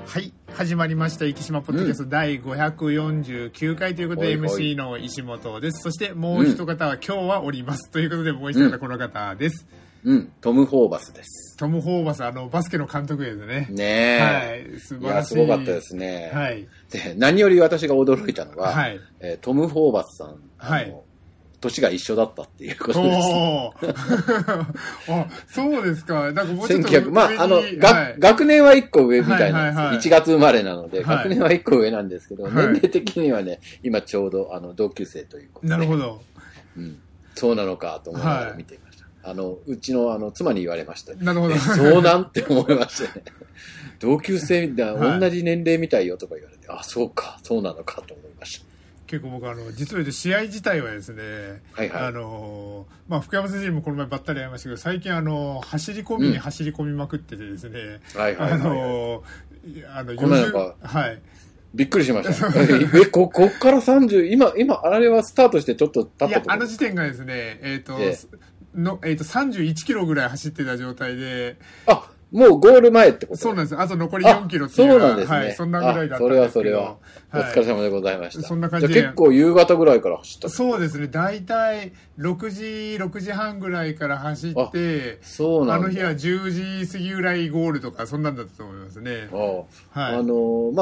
はい、始まりました生島ポッドキャスト第549回ということで、MC の石本です。そしてもう一方は今日はおりますということで、もう一方この方です。 トム・ホーバスです。 トム・ホーバス、バスケの監督ですね。 ねえ。はい、素晴らしい。 いや、すごかったですね。 はい。 で、何より私が驚いたのが、 はい、 トム・ホーバスさん、 はい、 年が一緒だったっていうことです。 あ、そうですか。なんかもうちょっと学年は1個上みたいなんです。 はいはいはい、 1月生まれなので、学年は1個上なんですけど、 はい、 年齢的にはね、今ちょうど同級生ということで。 なるほど。 そうなのかと思いながら見ていました。うちの妻に言われました。 なるほど。 そうなんて思いましたね。同級生みたいな、同じ年齢みたいよとか言われて、あ、そうか、そうなのかと思いました。 結構僕実は言うと試合自体はですね、 はいはい、 福山先生にもこの前ばったり会いましたけど、最近走り込みに走り込みまくっててですね、 このなんか、 はい。 びっくりしました。こっから30、今、あれはスタートしてちょっと経ったところ。 いや、時点がですね、31キロぐらい走ってた状態で、 あ、もうゴール前ってこと？ そうなんです。あと残り4キロっていうそうなんですね。 はい、そんなぐらいだったんですけど。 それは。お疲れ様でございました。 そんな感じで。 じゃあ結構夕方ぐらいから走った？ そうですね。だいたい6時半ぐらいから走って、 そうなんだ。 日は10時過ぎぐらいゴールとか、そんなんだったと思いますね。 はい。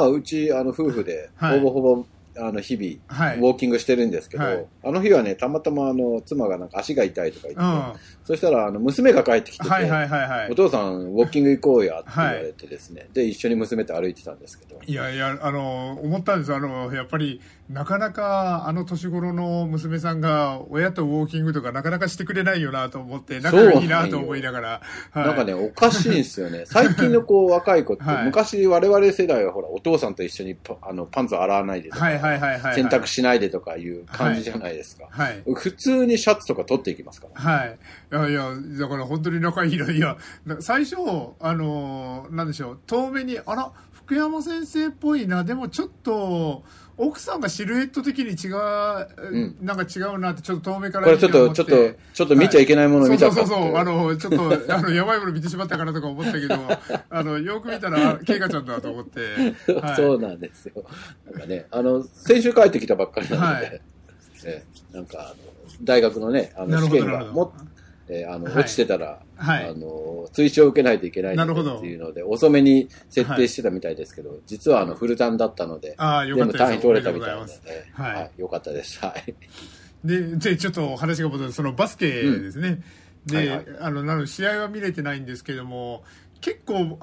うち、夫婦で、ほぼほぼ、日々、ウォーキングしてるんですけど、あの日はね、たまたま妻がなんか足が痛いとか言って、そしたら娘が帰ってきてて、お父さんウォーキング行こうやって言われてですね、で、一緒に娘と歩いてたんですけど。 いや、思ったんです。やっぱり、なかなか年頃の娘さんが親とウォーキングとかなかなかしてくれないよなと思って、仲がいいなと思いながら。 なんかね、おかしいんですよね。最近の若い子って、昔我々世代はほら、お父さんと一緒にパンツ洗わないでとか、洗濯しないでとかいう感じじゃないですか。普通にシャツとか取っていきますから。 はい。いや、だから本当に仲いいの。いや、最初、なんでしょう、遠目に、福山先生っぽいな、でもちょっと、奥さんがシルエット的になんか違うなってちょっと遠目から見て思って。 これちょっと見ちゃいけないものを見ちゃった。 そう、ちょっと、やばいもの見てしまったかなとか思ったけど、よく見たら、ケイカちゃんだと思って。 そうなんですよ。なんかね、先週帰ってきたばっかりなので、なんか、大学のね、試験が落ちてたら、追試を受けないといけないっていうので、遅めに設定してたみたいですけど、実はフルターンだったので、でも単位取れたみたいなので、よかったです。はい。 で、ちょっと話が戻る、そのバスケですね。で、試合は見れてないんですけども、結構、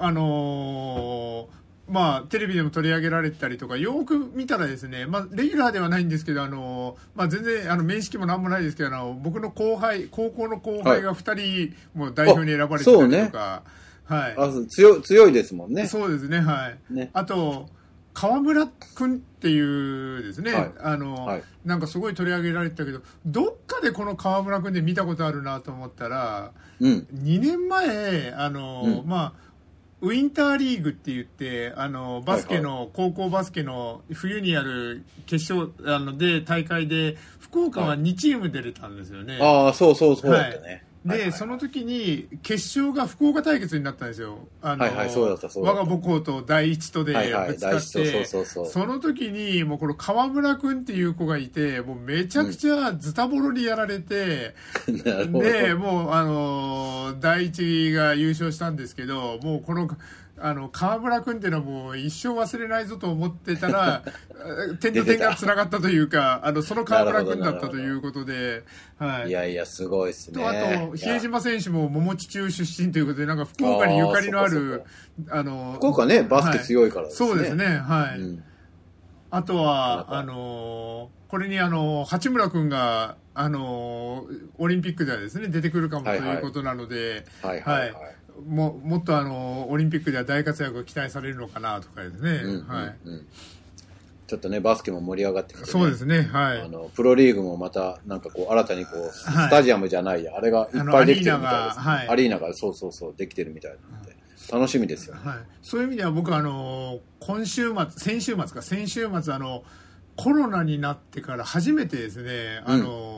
テレビでも取り上げられたりとか、よく見たらですね、レギュラーではないんですけど、全然、面識もなんもないですけど、僕の高校の後輩が2人も代表に選ばれてたりとか、 強いですもんね。 そうですね、はい。あと、河村くんっていうですね、なんかすごい取り上げられてたけど、どっかでこの河村くんで見たことあるなと思ったら、2年前、ウィンターリーグって言って、バスケの、高校バスケの冬にやる決勝、大会で、福岡は2チーム出れたんですよね。 そうだったね。 で、その時に、決勝が福岡対決になったんですよ。 そうだった。 我が母校と第一とでぶつかって、その時に、もうこの河村くんっていう子がいて、もうめちゃくちゃズタボロにやられて、で、もう、第一が優勝したんですけど、もうこの、河村くんっていうのはもう一生忘れないぞと思ってたら、点と点が繋がったというか、その河村くんだったということで、 いやいや、すごいですね。 あと、比江島選手も桃地中出身ということで、なんか福岡にゆかりのある、 福岡ね、バスケ強いからですね。 そうですね、はい。あとは、これに八村くんが、オリンピックではですね、出てくるかもということなので、もっとオリンピックでは大活躍が期待されるのかなとかですね。 ちょっとね、バスケも盛り上がってきて、 そうですね、はい。 プロリーグもまた、なんか新たにスタジアムじゃないや、あれがいっぱいできてるみたいです。アリーナが、そう、できてるみたいなので、楽しみですよね。 そういう意味では僕先週末コロナになってから初めてですね、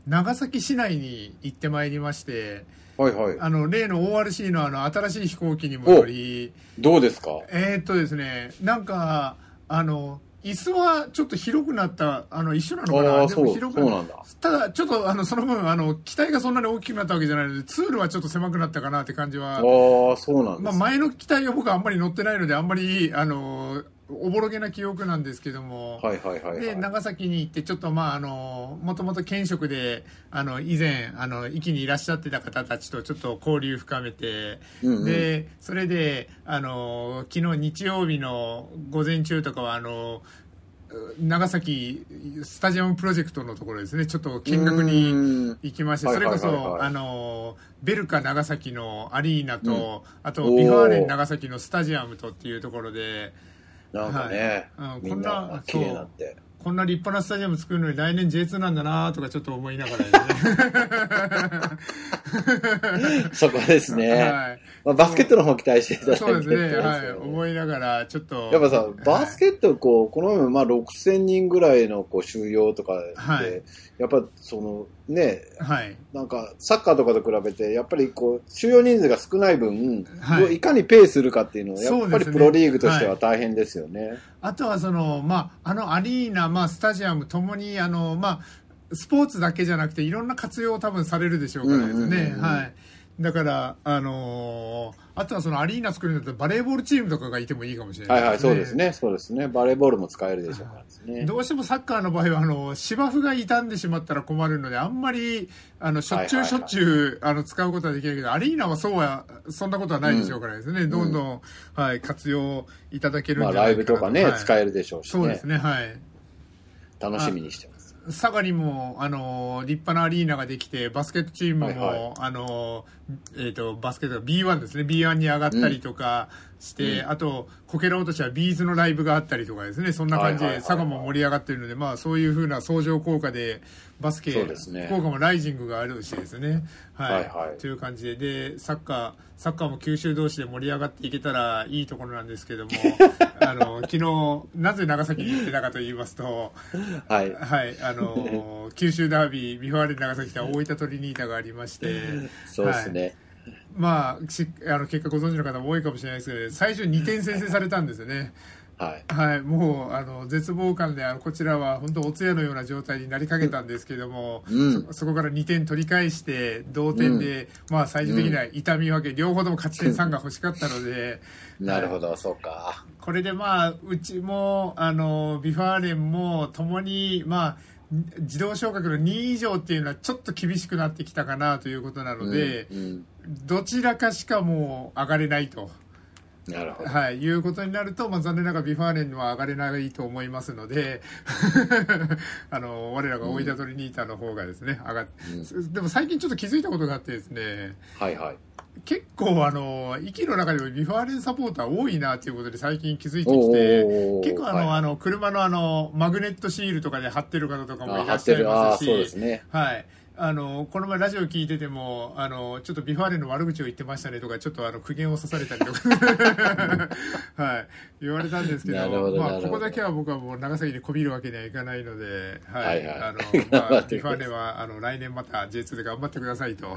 長崎市内に行ってまいりまして、 はいはい、 例の ORC の新しい飛行機に戻り、 どうですか？ ですね、なんか椅子はちょっと広くなった、一緒なのかな。でも広くそうなんだ。 ただ、ちょっと、その分、機体がそんなに大きくなったわけじゃないので、通路はちょっと狭くなったかなって感じは。 そうなんです。 前の機体は僕はあんまり乗ってないので、あんまり、おぼろげな記憶なんですけども。 はいはいはい、はい。 で、長崎に行って、ちょっともともと県職で、以前、壱岐にいらっしゃってた方たちとちょっと交流深めて、うんうん、で、それで、昨日日曜日の午前中とかは、長崎スタジアムプロジェクトのところですね、ちょっと見学に行きまして、それこそ、ベルカ長崎のアリーナと、あとビファーレン長崎のスタジアムとっていうところで、 なんかね、みんな綺麗になって。 こんな立派なスタジアム作るのに来年 J2 なんだなとかちょっと思いながらね。そこですね。はい、バスケットの方期待していただいて、 そうですね。はい。思いながら、ちょっと。 やっぱさ、バスケット、この前、6000人ぐらいの収容とかで、はい、やっぱね、はい、なんか、サッカーとかと比べて、やっぱり収容人数が少ない分、はい、いかにペイするかっていうのは、やっぱりプロリーグとしては大変ですよね。はい、 あとはアリーナ、スタジアムともに、スポーツだけじゃなくて、いろんな活用を多分されるでしょうからですね。はい。だから、あとはアリーナ作るんだったらバレーボールチームとかがいてもいいかもしれないですね。 はいはい、そうですね。そうですね。バレーボールも使えるでしょうからですね。 どうしてもサッカーの場合は、芝生が傷んでしまったら困るので、あんまり、しょっちゅう、使うことはできないけど、アリーナはそんなことはないでしょうからですね。どんどん、はい、活用いただけるんじゃないかなと。 ライブとかね、使えるでしょうしね。 そうですね、はい。 楽しみにしてます。 佐賀にも、立派なアリーナができて、バスケットチームも、バスケット B1 ですね、B1 に上がったりとかして、あと、こけら落としはビーズのライブがあったりとかですね、そんな感じで、佐賀も盛り上がっているので、そういうふうな相乗効果で、バスケ、福岡もライジングがあるしですね、はい、という感じで、サッカーも九州同士で盛り上がっていけたらいいところなんですけども、昨日、なぜ長崎に行ってたかと言いますと、はい、九州ダービー、ビファーレン長崎と大分トリニータがありまして、 そうですね。 はい、結果ご存知の方も多いかもしれないですけど、最初2点先制されたんですよね。はい。はい。もう、絶望感で、こちらは本当お通夜のような状態になりかけたんですけども、そこから2点取り返して、同点で、最終的には痛み分け、両方とも勝ち点3が欲しかったので、 なるほど、そうか。 これでうちも、ビファーレンも、ともに、自動昇格の2位以上っていうのはちょっと厳しくなってきたかなということなので、どちらかしかもう上がれないと。 なるほど。 はい、いうことになると、残念ながらビファーレンは上がれないと思いますので、我らが大分トリニータの方がですね、上がって、でも最近ちょっと気づいたことがあってですね、 はいはい。 結構息の中でもビファーレンサポーター多いなということで最近気づいてきて、結構車のマグネットシールとかで貼ってる方とかもいらっしゃいますし、 そうですね。はい。 この前ラジオ聞いてても、ちょっとビファーレンの悪口を言ってましたねとか、ちょっと苦言を刺されたりとか、はい、言われたんですけど、ここだけは僕はもう長崎でこびるわけにはいかないので、はい、ビファーレンは来年また J2 で頑張ってくださいと、はい、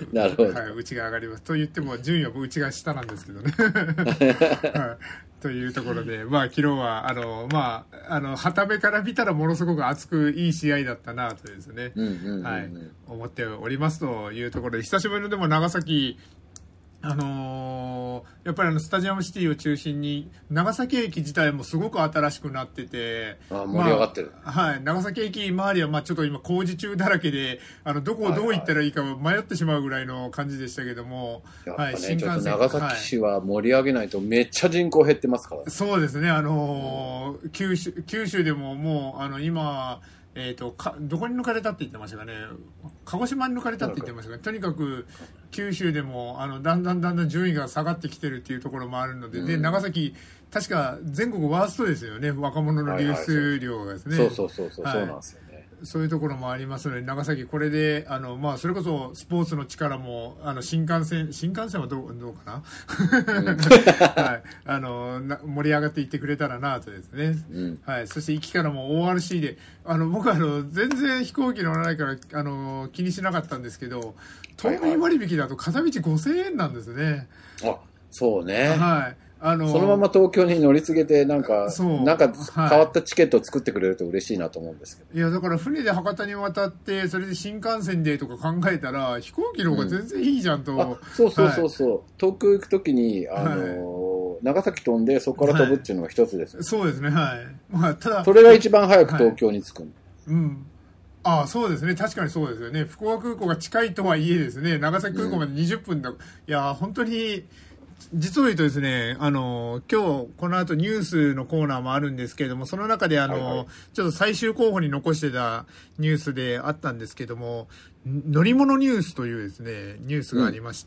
なるほど。 はい、うちが上がります。と言っても、順位はうちが下なんですけどね。はい、というところで、昨日は、旗目から見たらものすごく熱くいい試合だったなとですね、はい、思っておりますというところで、久しぶりのでも長崎、やっぱりスタジアムシティを中心に長崎駅自体もすごく新しくなってて、 盛り上がってる、 はい、長崎駅周りはちょっと今工事中だらけでどこをどう行ったらいいか迷ってしまうぐらいの感じでしたけども、 やっぱね、新幹線ちょっと長崎市は盛り上げないとめっちゃ人口減ってますから、 そうですね、九州でももう今どこに抜かれたって言ってましたかね、鹿児島に抜かれたって言ってましたかね、とにかく九州でもだんだん順位が下がってきてるっていうところもあるので、で長崎、確か全国ワーストですよね、若者の流出量がですね。 そうなんですよね。 そういうところもありますので、長崎これで、まあ、それこそスポーツの力も、新幹線はどうかなはい。盛り上がっていってくれたらなとですね。はい。そして、駅からも ORC で、僕は全然飛行機乗らないから、気にしなかったんですけど、島民割引だと片道5000円なんですね。 あ、そうね。 はい。 そのまま東京に乗り継げて、なんか変わったチケットを作ってくれると嬉しいなと思うんですけど。 いや、だから船で博多に渡って、それで新幹線でとか考えたら、飛行機の方が全然いいじゃんと。 そう。東京行くときに、長崎飛んで、そこから飛ぶっていうのが一つです、 そうですね、はい。まあ、ただ、 それが一番早く東京に着く。 ああ、そうですね。確かにそうですよね。福岡空港が近いとはいえですね、長崎空港まで20分だ。いや、本当に、実を言うとですね、今日この後ニュースのコーナーもあるんですけれども、その中でちょっと最終候補に残してたニュースであったんですけども、乗り物ニュースというですね、ニュースがありまして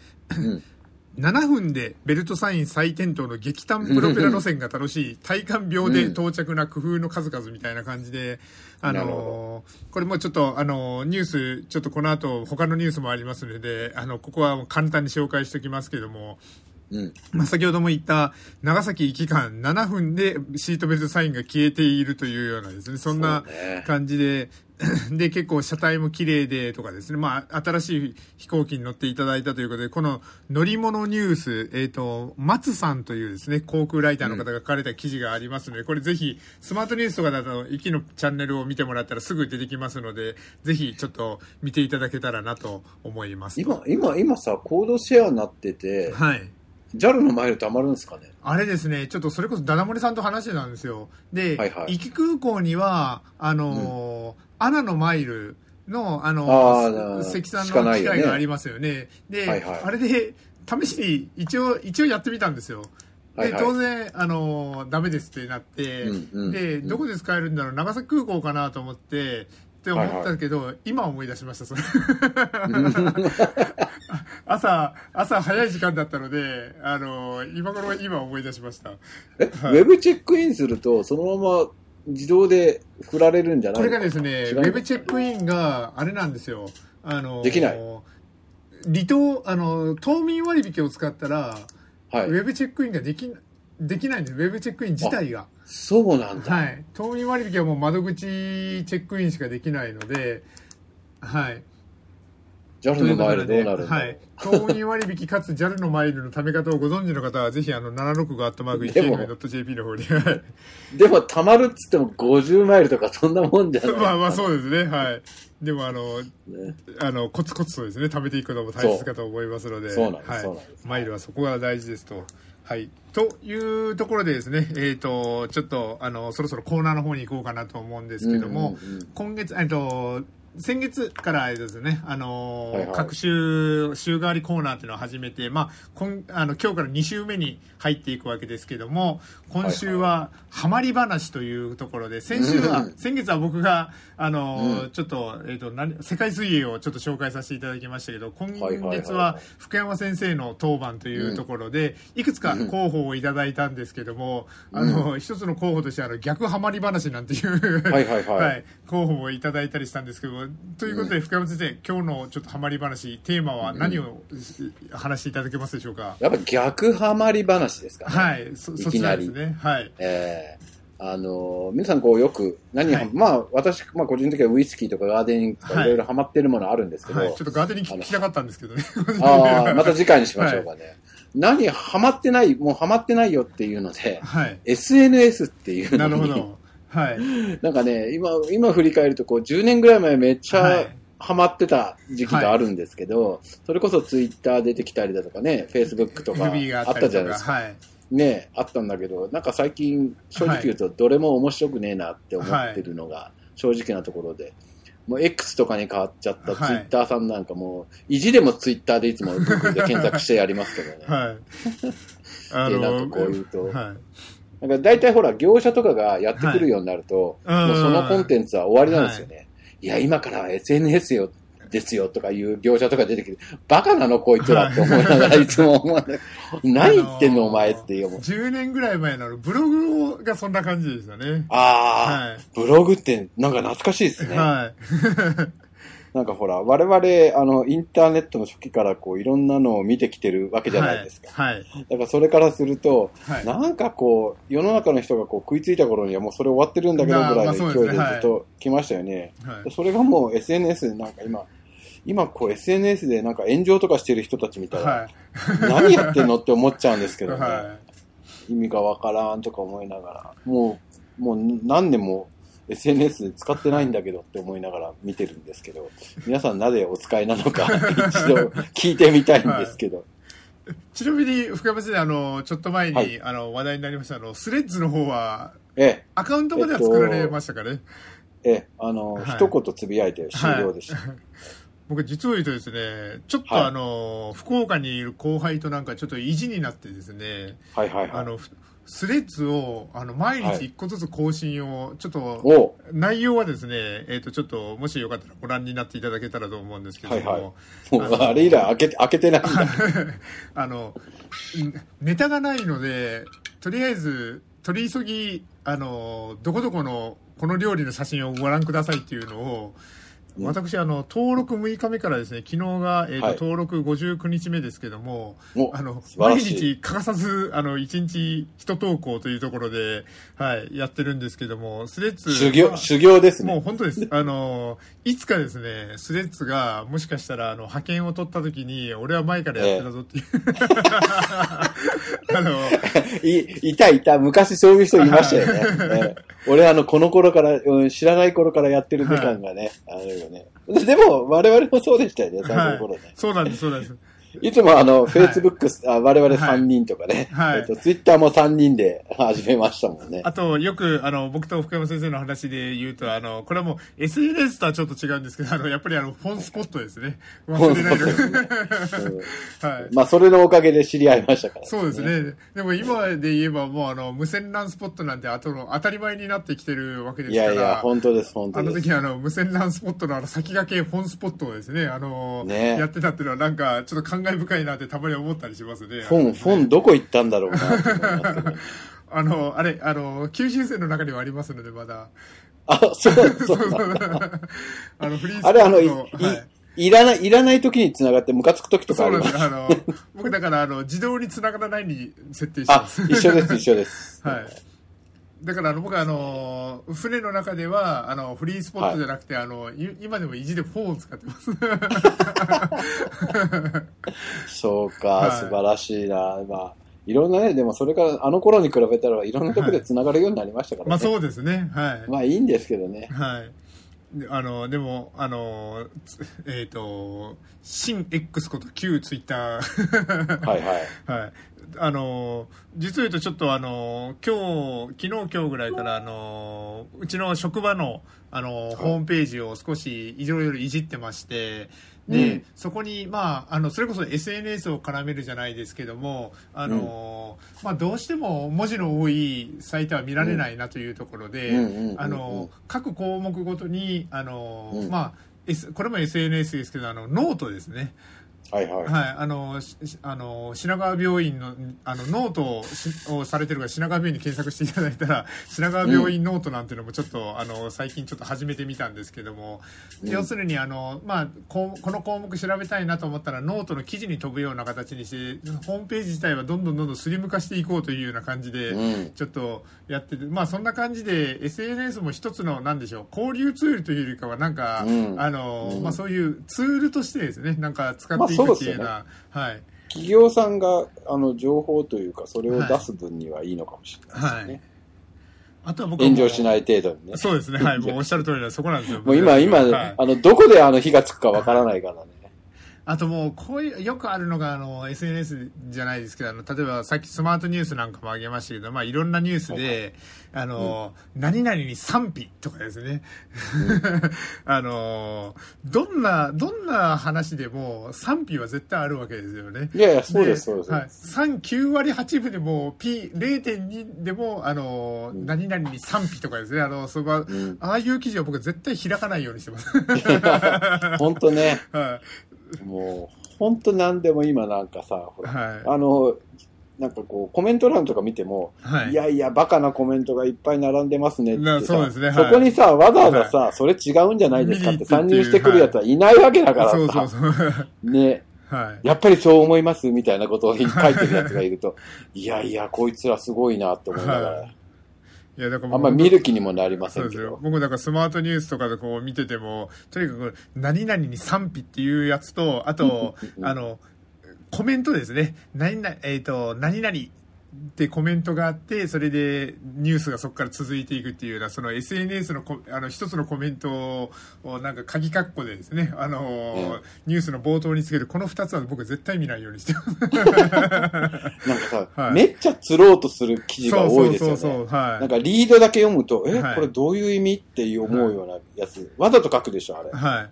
、7分でベルトサイン再点灯の激短プロペラ路線が楽しい、体感秒で到着な工夫の数々みたいな感じで、これもちょっとニュース、ちょっとこの後他のニュースもありますので、ここはもう簡単に紹介しておきますけども、まあ、先ほども言った長崎行き間7分でシートベルトサインが消えているというようなですね、そんな感じで、で、結構車体も綺麗でとかですね、まあ、新しい飛行機に乗っていただいたということで、この乗り物ニュース、松さんというですね、航空ライターの方が書かれた記事がありますので、これぜひ、スマートニュースとかだと、駅のチャンネルを見てもらったらすぐ出てきますので、ぜひちょっと見ていただけたらなと思います。 今さ、コードシェアになってて、 はい。 JAL のマイル貯まるんですかね。 あれですね、ちょっとそれこそダダモリさんと話してたんですよ。で、壱岐空港には、アナのマイルの、積算の機械がありますよね。で、あれで、試しに一応やってみたんですよ。で、当然、ダメですってなって、で、どこで使えるんだろう、長崎空港かなと思って、って思ったけど、今思い出しました、それ。朝早い時間だったので、今思い出しました。 ウェブチェックインすると、そのまま自動で振られるんじゃないこれがですね、ウェブチェックインが、あれなんですよ。 できない。 島民割引を使ったら、ウェブチェックインができないんです。ウェブチェックイン自体が。 そうなんだ。 はい。島民割引はもう窓口チェックインしかできないので、はい。 JAL のマイルどうなるんだろう。 はい。島民割引かつ JAL のマイルの貯め方をご存知の方は、ぜひ765-199.jp の方に。 でも、貯まるっつっても50マイルとかそんなもんじゃない。 まあそうですね。はい。でもコツコツとですね、貯めていくことも大切かと思いますので。 そうなんです。 マイルはそこが大事ですと。はい。というところでですね、ちょっと、そろそろコーナーの方に行こうかなと思うんですけども、今月、先月からですね、各週替わりコーナーっていうのを始めて、まあ、今日から2週目に入っていくわけですけども、今週は、ハマり話というところで、先月は僕が、ちょっと、世界水泳をちょっと紹介させていただきましたけど、今月は福山先生の当番というところで、いくつか候補をいただいたんですけども、一つの候補として逆ハマり話なんていう候補もいただいたりしたんですけども、ということで、福山先生、今日のちょっとハマり話、テーマは何を話していただけますでしょうか。 やっぱ逆ハマり話ですかね。 はい、そちらですね。はい。 皆さんよくまあ私、個人的にはウイスキーとかガーデニングとかいろいろハマってるものあるんですけど、 ちょっとガーデニング聞きたかったんですけどね。 また次回にしましょうかね。ハマってないよっていうので、SNS っていうのに。 なるほど。はい。 なんかね、今振り返ると10年ぐらい前めっちゃハマってた時期があるんですけど、それこそツイッター出てきたりだとかね、フェイスブックとかあったじゃないですか。ね、あったんだけど、なんか最近正直言うとどれも面白くねえなって思ってるのが正直なところで、もう X とかに変わっちゃったツイッターさんなんかもう、意地でもツイッターでいつも Google で検索してやりますけどね。で、なんか言うと、なんか大体ほら業者とかがやってくるようになると、もうそのコンテンツは終わりなんですよね。いや、今からは SNS よ。 ですよとかいう業者とか出てきて、バカなのこいつらって思いながらいつも思う。何言ってんのお前っていう。 10年ぐらい前のブログがそんな感じでしたね。 はい、ブログってなんか懐かしいですね。はい。なんかほら、我々、インターネットの初期からこう、いろんなのを見てきてるわけじゃないですか。はい。だからそれからすると、はい、なんかこう、世の中の人がこう、食いついた頃にはもうそれ終わってるんだけどぐらいの勢いでずっと来ましたよね。はい、それがもう SNS でなんか今こう SNS でなんか炎上とかしてる人たち見たら、はい、何やってんのって思っちゃうんですけどね。はい、意味がわからんとか思いながら、もう何年も、SNS で使ってないんだけどって思いながら見てるんですけど、皆さんなぜお使いなのか一度聞いてみたいんですけど。はい、 ちなみに福山先生、ちょっと前に、はい、話題になりましたスレッズの方は、アカウントまでは作られましたかね。 はい、一言つぶやいて終了でした。はい、 僕実を言うとですね、ちょっと福岡にいる後輩となんかちょっと意地になってですね、はいはいはい。スレッズを毎日一個ずつ更新をちょっと内容はですねちょっともしよかったらご覧になっていただけたらと思うんですけども、 はいはい、あれ以来開けてないんだネタがないのでとりあえず取り急ぎどこどこのこの料理の写真をご覧くださいっていうのを私登録6日目からですね、昨日が、登録59日目ですけども、毎日欠かさず1日1投稿というところで、はい、やってるんですけども、スレッズ修行ですね。 もう本当です。いつかですね、スレッズがもしかしたら派遣を取った時に俺は前からやってたぞっていう、 いた昔そういう人いましたよね。俺この頃から、知らない頃からやってる時間がね、あるよね。でも我々もそうでしたよね、最初の頃ね。 そうなんですそうなんです。 いつもFacebook、我々3人とかね、Twitter も3人で始めましたもんね。 あと、よく、僕と福山先生の話で言うと、これはもう SNS とはちょっと違うんですけど、やっぱりフォンスポットですね。忘れないで。 はい。まあ、それのおかげで知り合いましたから、 ね。そうですね。でも今で言えばもう無線 LAN スポットなんて当たり前になってきてるわけですから。 いや、本当です、本当です。 時無線 LAN スポットの先駆けフォンスポットをですね、やってたっていうのはなんかちょっと感慨深いなってたまに思ったりしますね。 フォンどこ行ったんだろうなって思いますけど。 あれ、九州線の中にはありますので、まだ。 そうフリースポットいらない時に繋がってムカつく時とかあります。 そうなんです。僕だから自動に繋がらないに設定してます。 一緒です。 はい。だから僕船の中ではフリースポットじゃなくて、今でも意地でフォンを使ってます。 そうか、素晴らしいな。まあいろんなね、でもそれから頃に比べたらいろんなとこで繋がるようになりましたからね。 まあそうですね。はい。 まあいいんですけどね。 はい。でも新 X こと旧ツイッターはいはいはい実を言うとちょっと昨日ぐらいからうちの職場のホームページを少しいろいろいじってまして、で、そこにそれこそ SNS を絡めるじゃないですけどもどうしても文字の多いサイトは見られないなというところで各項目ごとにこれも SNS ですけどノートですね。 はいはい。 はい。品川病院の、ノートをされてるから品川病院に検索していただいたら、品川病院ノートなんていうのもちょっと、最近ちょっと始めてみたんですけども、要するに、この項目調べたいなと思ったら、ノートの記事に飛ぶような形にして、ホームページ自体はどんどんスリム化していこうというような感じで、ちょっとやってて、そんな感じで、SNS も一つの、なんでしょう、交流ツールというよりかは、なんか、そういうツールとしてですね、なんか使っていくっていうような、はい。 企業さんが情報というかそれを出す分にはいいのかもしれないですね。はい、 あとは僕炎上しない程度にね。 そうですね。はい。もうおっしゃる通りだ。そこなんですよ。 もう今、はい、どこで火がつくかわからないからね。 あともう、こういう、よくあるのが、SNS じゃないですけど、例えばさっきスマートニュースなんかも挙げましたけど、まあ、いろんなニュースで、何々に賛否とかですね。どんな話でも賛否は絶対あるわけですよね。 いやいや、そうです、そうです。 はい。3、9割8分でも、0.2 でも、何々に賛否とかですね。ああいう記事は僕は絶対開かないようにしてます。 本当ね。 はい。 もう、本当なんでも今なんかさ、ほら、 はい、 なんかこう、コメント欄とか見ても、 はい、 いやいや、バカなコメントがいっぱい並んでますねってさ、 そうですね、はい、 そこにさ、わざわざさ、はい、それ違うんじゃないですかって参入してくるやつはいないわけだからさ、 そうそうそうね、はい、やっぱりそう思いますみたいなことを書いてるやつがいると、いやいや、こいつらすごいなって思いながら。はい、いやだからあんまり見る気にもなりませんけど。そうですよ。 僕だからスマートニュースとかでこう見てても、とにかく何々に賛否っていうやつと、あと、コメントですね。何々ってコメントがあって、それでニュースがそこから続いていくっていうような、その SNS の一つのコメントをなんか鍵括弧でですね、ニュースの冒頭につけるこの2つは僕絶対見ないようにしてます。 なんかさ、はい、めっちゃ釣ろうとする記事が多いですよね。そうはい、なんかリードだけ読むと、はい、これどういう意味って思うようなやつ、はい、わざと書くでしょ、あれ。はい。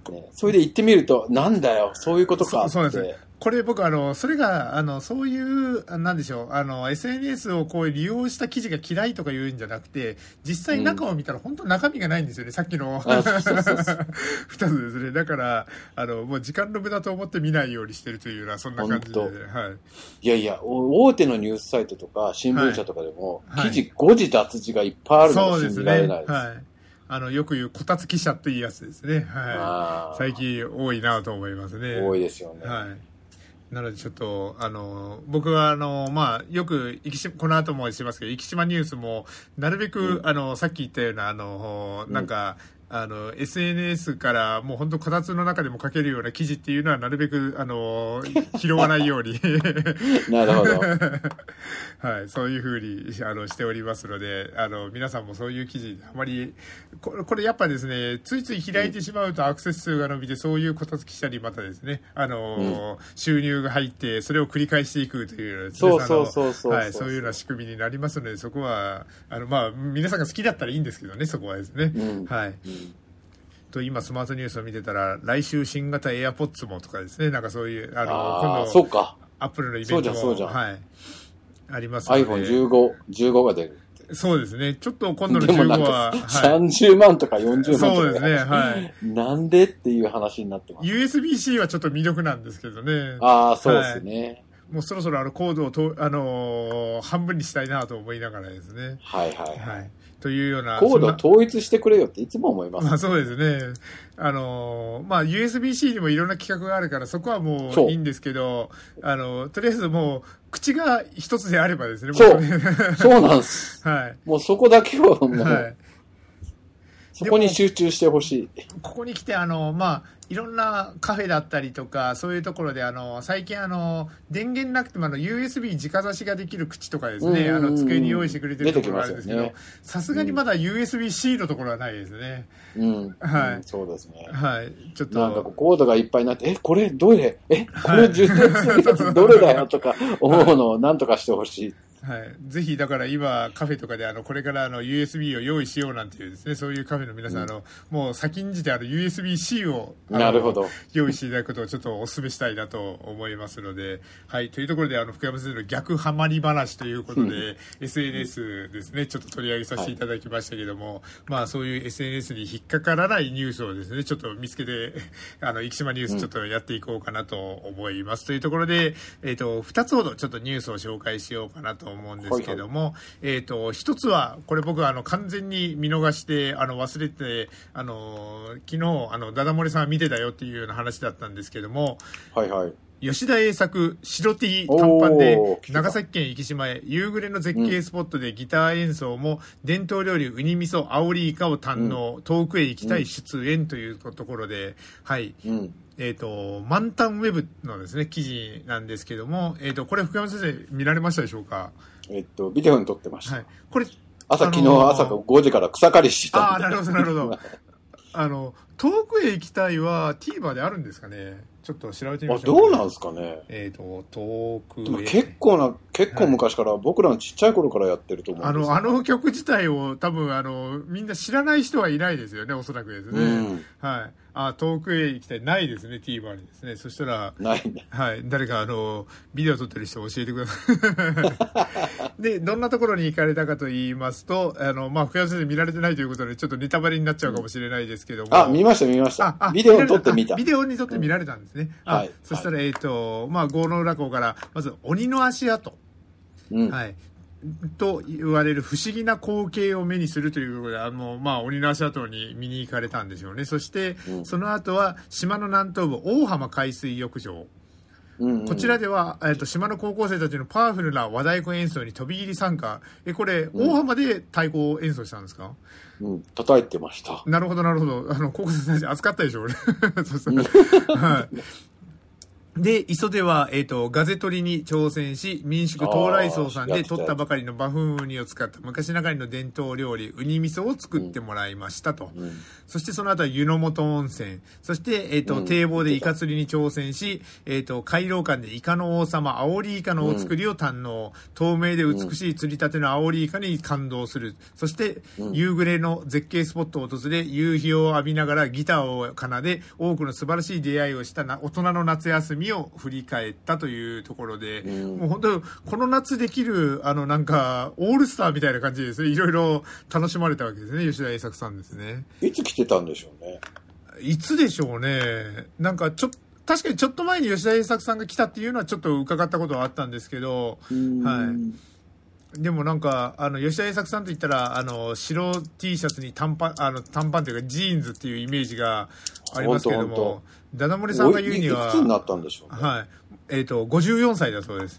ね、それで言ってみると、なんだよ、そういうことかって。 そうですね。これ僕それがそういうなんでしょうSNS をこう利用した記事が嫌いとか言うんじゃなくて実際中を見たら本当中身がないんですよね、さっきの2つですね。だからもう時間の無駄と思って見ないようにしてるというようなそんな感じで、はい、 いやいや大手のニュースサイトとか新聞社とかでも、はい、記事誤字脱字がいっぱいあるのが信じられないです。そうですね。 はい。よく言うこたつ記者っていうやつですね。はい。最近多いなと思いますね。 多いですよね。 はい。なのでちょっと僕はまあよくこの後もしますけど生島ニュースもなるべく、さっき言ったようななんかSNS からもう本当こたつの中でも書けるような記事っていうのはなるべく拾わないようになるほどはい、そういうふうにしておりますので皆さんもそういう記事あまりこれやっぱですねついつい開いてしまうとアクセス数が伸びてそういうこたつ記者にまたですね収入が入ってそれを繰り返していくというそういうような仕組みになりますのでそこはまあ皆さんが好きだったらいいんですけどねそこはですね、はい。と今スマートニュースを見てたら来週新型エアポッツもとかですねなんかそういう今度そうかアップルのイベントもそうじゃんはいありますので iPhone15 が出る。 そうですね。ちょっと今度の15は、はい、 30万とか40万とか。 そうですね、はい。 なんでっていう話になってます。 USB-C はちょっと魅力なんですけどね。 ああ、そうですね。はい、 もうそろそろコードを半分にしたいなと思いながらですね。 はいはい。はい。 というような。 コードを統一してくれよっていつも思います。 まあそうですね。まあ USB-C にもいろんな規格があるからそこはもういいんですけど、とりあえずもう口が一つであればですね。 そうなんです。 はい。 もうそこだけをもう、 はい、 そこに集中してほしい。 ここに来ていろんなカフェだったりとかそういうところで最近電源なくてもUSB 直差しができる口とかですね机に用意してくれてるところがあるんですけどさすがにまだ USB-C のところはないですね。はい、 そうですね。 はい、ちょっとなんかコードがいっぱいになってこれどれこれ充電するやつどれだよとか思うのをなんとかしてほしい。 はい、ぜひだから今カフェとかでこれから USB を用意しようなんていうですねそういうカフェの皆さんもう先んじてUSB-C をなるほど用意していただくことをちょっとお勧めしたいなと思いますので、はい、というところで福山先生の逆ハマり話ということでSNS ですねちょっと取り上げさせていただきましたけども、まあそういう SNS に引っかからないニュースをですねちょっと見つけて生島ニュースちょっとやっていこうかなと思います、というところで2つほどちょっとニュースを紹介しようかなと思うんですけども、一つはこれ僕完全に見逃して忘れて昨日ダダ漏れさん見てたよっていうような話だったんですけども、 はいはい、 吉田栄作白 T 短パンで長崎県壱岐島へ夕暮れの絶景スポットでギター演奏も伝統料理ウニ味噌アオリイカを堪能、遠くへ行きたい出演というところで、はい、満タンウェブのですね記事なんですけども、これ福山先生見られましたでしょうか？ ビデオに撮ってました。 はい、これ昨日朝5時から草刈りしてたんで。 なるほどなるほど。 遠くへ行きたいは TVer であるんですかね。ちょっと調べてみましょう。 どうなんですかね。 遠くへ。 でも結構昔から、僕らのちっちゃい頃からやってると思うんですよ。 あの曲自体を多分みんな知らない人はいないですよね、おそらくですね。はい。遠くへ行きたい。ないですね、TVer にですね。そしたら、 ないね。 はい。誰かビデオ撮ってる人教えてください。で、どんなところに行かれたかと言いますと、福山先生見られてないということで、ちょっとネタバレになっちゃうかもしれないですけども。 見ました。ビデオに撮ってみた。 ビデオに撮って見られたんですね。はい。そしたら、郷野浦港から、まず、鬼の足跡。はい。と言われる不思議な光景を目にするということで、鬼の足跡に見に行かれたんでしょうね。そして、その後は、島の南東部、大浜海水浴場。こちらでは、島の高校生たちのパワフルな和太鼓演奏に飛び入り参加。これ、大浜で太鼓演奏したんですか？ 叩いてました。 なるほど。高校生たち暑かったでしょうね。そしたら。はい。で、磯では、ガゼ取りに挑戦し、民宿東来荘さんで取ったばかりのバフンウニを使った昔ながらの伝統料理、ウニ味噌を作ってもらいましたと。そしてその後は湯の本温泉。そして、堤防でイカ釣りに挑戦し、海楼館でイカの王様、アオリイカのお作りを堪能。透明で美しい釣りたてのアオリイカに感動する。そして、夕暮れの絶景スポットを訪れ、夕日を浴びながらギターを奏で、多くの素晴らしい出会いをした大人の夏休みを振り返ったというところで、もう本当この夏できるなんかオールスターみたいな感じですね。いろいろ楽しまれたわけですね、吉田栄作さんですね。 いつ来てたんでしょうね。 いつでしょうね。なんか確かにちょっと前に吉田栄作さんが来たっていうのはちょっと伺ったことはあったんですけど、はい。でもなんか吉田栄作さんといったら白 T シャツに短パンというかジーンズっていうイメージがありますけども、ダダ漏れさんが言うには、 いくつになったんでしょうね。 はい。54歳だそうです。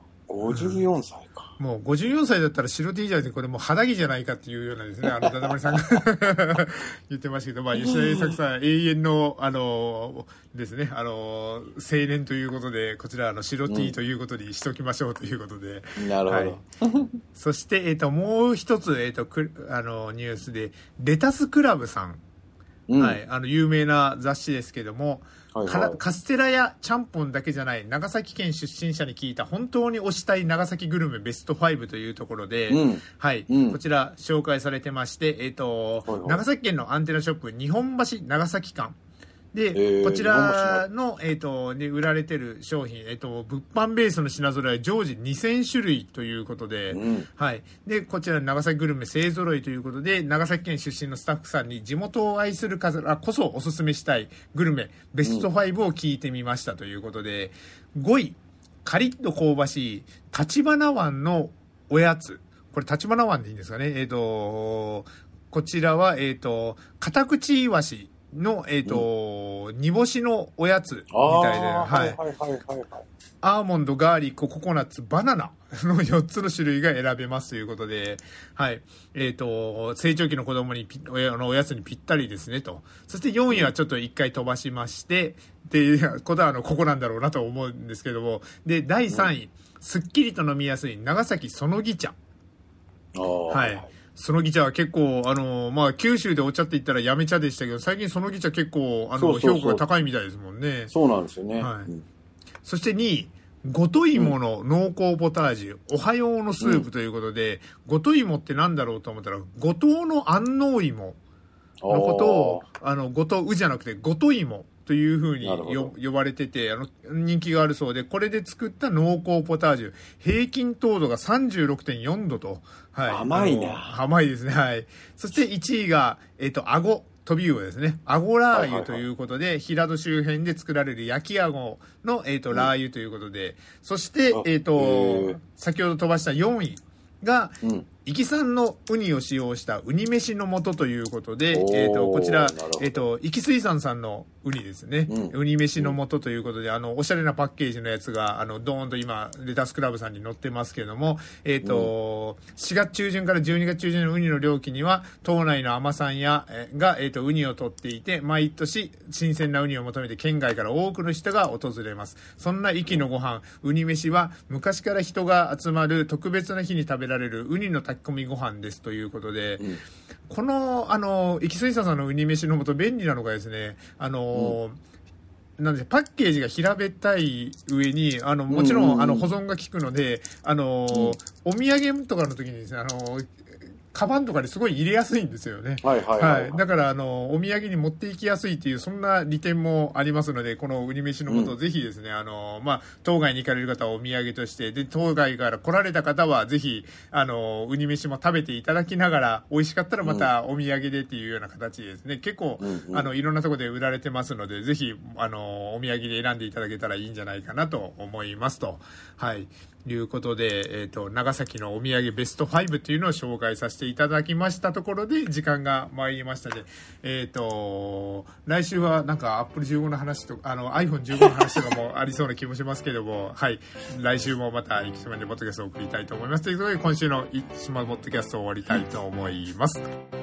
54歳か。 もう54歳だったら白 T シャツでこれもう肌着じゃないかっていうようなですね、ダダ漏れさんが言ってましたけど、吉田栄作さん永遠の、ですね、青年ということで、こちら白 T ということにしときましょうということで。 なるほど。はい、 そして、もう一つ、ニュースで、レタスクラブさん。はい。有名な雑誌ですけども、カステラやちゃんぽんだけじゃない長崎県出身者に聞いた本当に推したい長崎グルメベスト5というところで、はい、こちら紹介されてまして、長崎県のアンテナショップ日本橋長崎館で、こちらの、に売られてる商品、物販ベースの品揃え常時2000種類ということで、はい。で、こちら長崎グルメ勢揃いということで、長崎県出身のスタッフさんに地元を愛するからこそおすすめしたいグルメ、ベスト5を聞いてみましたということで、5位、カリッと香ばしい、橘湾のおやつ。これ、橘湾でいいんですかね。こちらは、カタクチイワシの、煮干しのおやつみたいで、はい。アーモンド、ガーリック、ココナッツ、バナナの4つの種類が選べますということで、はい。成長期の子供におやつにぴったりですねと。そして4位はちょっと一回飛ばしまして、で、ここなんだろうなと思うんですけども、で、第3位、すっきりと飲みやすい長崎そのぎ茶。はい。そのぎ茶は結構、九州でお茶って言ったらやめ茶でしたけど、最近そのぎ茶結構、評価が高いみたいですもんね。 そうなんですよね。 はい。そして2位、ごと芋の濃厚ポタージュ、おはようのスープということで、ごと芋ってなんだろうと思ったら、五島の安納芋のことを、ごとうじゃなくて、ごと芋というふうに呼ばれてて、人気があるそうで、これで作った濃厚ポタージュ、平均糖度が 36.4 度と、はい。 甘いな。 甘いですね、はい。そして1位が、あご。飛び魚ですね。あごラー油ということで、平戸周辺で作られる焼きあごの、ラー油ということで、そして、先ほど飛ばした4位が、壱岐産のウニを使用したウニ飯の素ということで、こちら、壱岐水産さんのウニですね。ウニ飯の素ということで、おしゃれなパッケージのやつが、ドーンと今、レタスクラブさんに載ってますけども、4月中旬から12月中旬のウニの料金には、島内の海女さんが、ウニを取っていて、毎年、新鮮なウニを求めて県外から多くの人が訪れます。そんな壱岐のご飯、ウニ飯は、昔から人が集まる特別な日に食べられるウニの炊炊き込みご飯ですということで、この、イキスイサさんのウニ飯の素便利なのがですね、なんでパッケージが平べったい上にもちろん保存が効くのでお土産とかの時にですねカバンとかですごい入れやすいんですよね。だからお土産に持っていきやすいっていうそんな利点もありますので、このウニ飯の素、ぜひですね当該に行かれる方はお土産として、で当該から来られた方はぜひウニ飯も食べていただきながら、美味しかったらまたお土産でっていうような形でですね、結構いろんなところで売られてますので、ぜひお土産で選んでいただけたらいいんじゃないかなと思いますと。いうことで、長崎のお土産ベスト5っていうのを紹介させていただきましたところで、時間が参りましたので、来週はなんか Apple 15の話とiPhone 15の話とかもありそうな気もしますけども、来週もまた生島でポッドキャストを送りたいと思います。ということで、今週の生島ポッドキャストを終わりたいと思います。